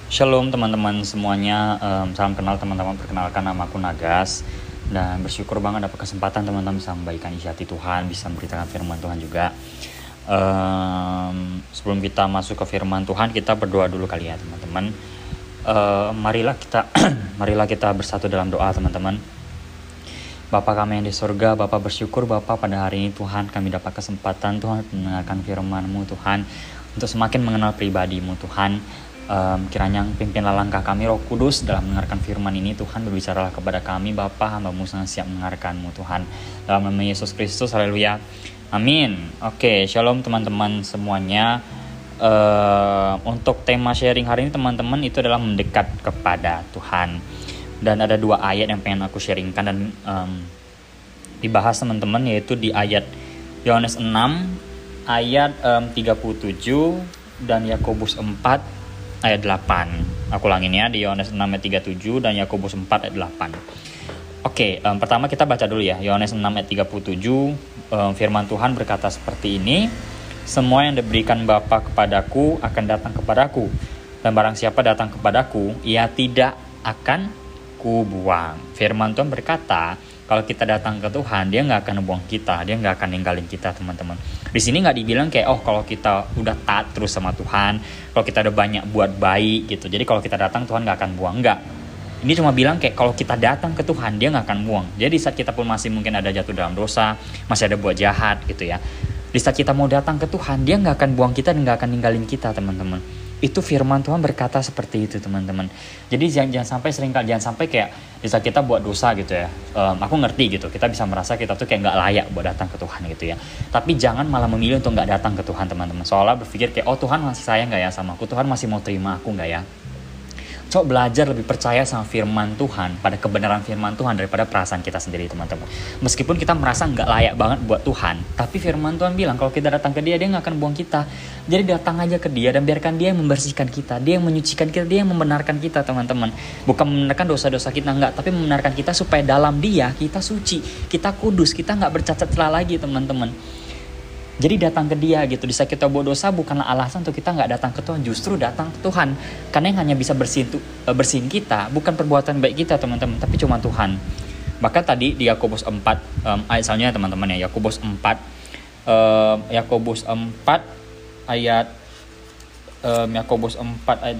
Shalom teman-teman semuanya, salam kenal teman-teman, perkenalkan nama aku Nagas. Dan bersyukur banget dapat kesempatan teman-teman bisa membagikan isi hati Tuhan, bisa memberitakan firman Tuhan juga. Sebelum kita masuk ke firman Tuhan, kita berdoa dulu kali ya teman-teman. Marilah kita bersatu dalam doa teman-teman. Bapa kami yang di surga, Bapa bersyukur Bapa pada hari ini Tuhan kami dapat kesempatan Tuhan mendengarkan firman-Mu Tuhan, untuk semakin mengenal pribadi-Mu Tuhan. Kiranya pimpinlah langkah kami Roh Kudus dalam mendengarkan firman ini Tuhan, berbicaralah kepada kami Bapa, hamba-Mu sangat siap mendengarkan-Mu Tuhan, dalam nama Yesus Kristus, haleluya, amin. Oke, shalom teman-teman semuanya. Untuk tema sharing hari ini teman-teman itu adalah mendekat kepada Tuhan. Dan ada 2 ayat yang pengen aku sharingkan dan dibahas teman-teman, yaitu di ayat Yohanes 6 ayat 37 dan Yakobus 4 ayat 8. Aku ulangin ya, di Yohanes 6 ayat 37 dan Yakobus 4 ayat 8. Oke, pertama kita baca dulu ya. Yohanes 6 ayat 37, firman Tuhan berkata seperti ini. Semua yang diberikan Bapa kepadaku akan datang kepadaku, dan barang siapa datang kepadaku, ia tidak akan kubuang. Firman Tuhan berkata, kalau kita datang ke Tuhan, dia nggak akan buang kita, dia nggak akan ninggalin kita teman-teman. Di sini nggak dibilang kayak kalau kita udah taat terus sama Tuhan, kalau kita udah banyak buat baik gitu, jadi kalau kita datang Tuhan nggak akan buang, nggak. Ini cuma bilang kayak kalau kita datang ke Tuhan, dia nggak akan buang. Jadi saat kita pun masih mungkin ada jatuh dalam dosa, masih ada buat jahat gitu ya, di saat kita mau datang ke Tuhan, dia nggak akan buang kita dan nggak akan ninggalin kita teman-teman. Itu firman Tuhan berkata seperti itu teman-teman. Jadi jangan sampai kayak di saat kita buat dosa gitu ya, aku ngerti gitu, kita bisa merasa kita tuh kayak nggak layak buat datang ke Tuhan gitu ya. Tapi jangan malah memilih untuk nggak datang ke Tuhan teman-teman. Soalnya berpikir kayak Tuhan masih sayang nggak ya sama aku, Tuhan masih mau terima aku nggak ya. Coba belajar lebih percaya sama firman Tuhan, pada kebenaran firman Tuhan daripada perasaan kita sendiri teman-teman. Meskipun kita merasa nggak layak banget buat Tuhan, tapi firman Tuhan bilang kalau kita datang ke dia, dia nggak akan buang kita. Jadi datang aja ke dia dan biarkan dia yang membersihkan kita, dia yang menyucikan kita, dia yang membenarkan kita teman-teman. Bukan membenarkan dosa-dosa kita, enggak, tapi membenarkan kita supaya dalam dia kita suci, kita kudus, kita nggak bercacat celah lagi teman-teman. Jadi datang ke dia gitu. Di saat kita buat dosa bukanlah alasan untuk kita nggak datang ke Tuhan, justru datang ke Tuhan. Karena yang hanya bisa bersihin kita bukan perbuatan baik kita teman-teman, tapi cuma Tuhan. Maka tadi di Yakobus 4 ayat selanjutnya teman-teman ya, Yakobus 4 ayat 8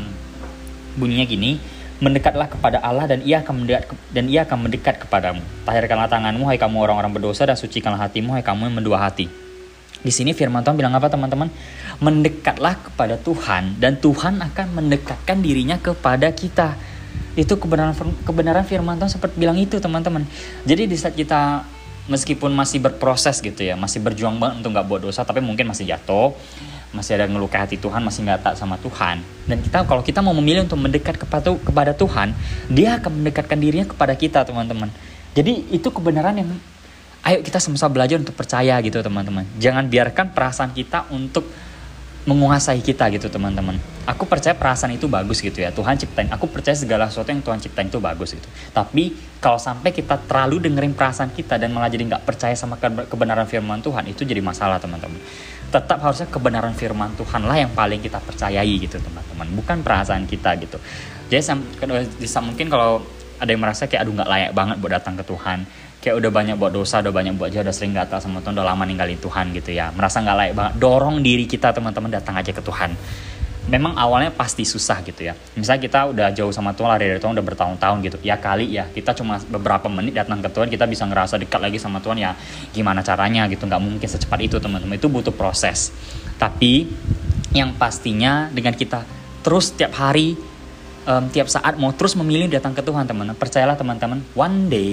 bunyinya gini. Mendekatlah kepada Allah dan ia akan mendekat kepadamu. Tahirkanlah tanganmu hai kamu orang-orang berdosa, dan sucikanlah hatimu hai kamu yang mendua hati. Di sini firman Tuhan bilang apa teman-teman? Mendekatlah kepada Tuhan dan Tuhan akan mendekatkan dirinya kepada kita. Itu kebenaran firman Tuhan seperti bilang itu teman-teman. Jadi di saat kita meskipun masih berproses gitu ya, masih berjuang banget untuk gak buat dosa, tapi mungkin masih jatuh, masih ada ngelukai hati Tuhan, masih gak taat sama Tuhan. Dan kalau kita mau memilih untuk mendekat kepada Tuhan, dia akan mendekatkan dirinya kepada kita teman-teman. Jadi itu kebenaran yang ayo kita sama-sama belajar untuk percaya gitu teman-teman. Jangan biarkan perasaan kita untuk menguasai kita gitu teman-teman. Aku percaya perasaan itu bagus gitu ya, Tuhan ciptain. Aku percaya segala sesuatu yang Tuhan ciptain itu bagus gitu. Tapi kalau sampai kita terlalu dengerin perasaan kita dan malah jadi gak percaya sama kebenaran firman Tuhan, itu jadi masalah teman-teman. Tetap harusnya kebenaran firman Tuhan lah yang paling kita percayai gitu teman-teman, bukan perasaan kita gitu. Jadi mungkin kalau ada yang merasa kayak gak layak banget buat datang ke Tuhan, kayak udah banyak buat dosa, udah banyak buat jahat, udah sering gak taat sama Tuhan, udah lama ninggalin Tuhan gitu ya, merasa gak layak banget, dorong diri kita teman-teman datang aja ke Tuhan. Memang awalnya pasti susah gitu ya. Misalnya kita udah jauh sama Tuhan, lari dari Tuhan udah bertahun-tahun gitu, ya kali ya kita cuma beberapa menit datang ke Tuhan, kita bisa ngerasa dekat lagi sama Tuhan. Ya gimana caranya gitu, gak mungkin secepat itu teman-teman, itu butuh proses. Tapi yang pastinya dengan kita terus tiap hari, tiap saat mau terus memilih datang ke Tuhan teman-teman, percayalah teman-teman, one day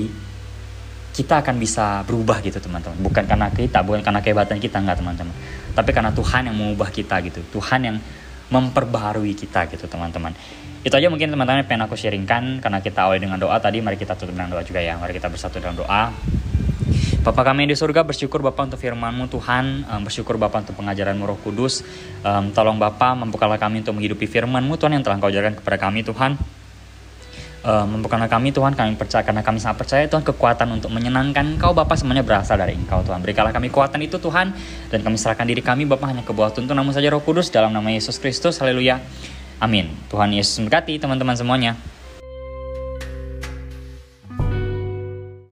kita akan bisa berubah gitu teman-teman. Bukan karena kehebatan kita, enggak teman-teman, tapi karena Tuhan yang mengubah kita gitu, Tuhan yang memperbaharui kita gitu teman-teman. Itu aja mungkin teman-teman yang pengen aku sharingkan. Karena kita awali dengan doa tadi, mari kita tutup dengan doa juga ya. Mari kita bersatu dalam doa. Bapa kami di surga, bersyukur Bapa untuk firman-Mu Tuhan, bersyukur Bapa untuk pengajaran-Mu Roh Kudus. Tolong Bapa membukalah kami untuk menghidupi firman-Mu Tuhan yang telah Engkau ajarkan kepada kami Tuhan. Mampukanlah kami Tuhan, kami percaya, karena kami sangat percaya Tuhan, kekuatan untuk menyenangkan Engkau Bapa semuanya berasal dari Engkau Tuhan. Berikanlah kami kekuatan itu Tuhan, dan kami serahkan diri kami Bapa hanya ke bawah tuntun Namu saja Roh Kudus, dalam nama Yesus Kristus, haleluya, Amin. Tuhan Yesus memberkati teman-teman semuanya.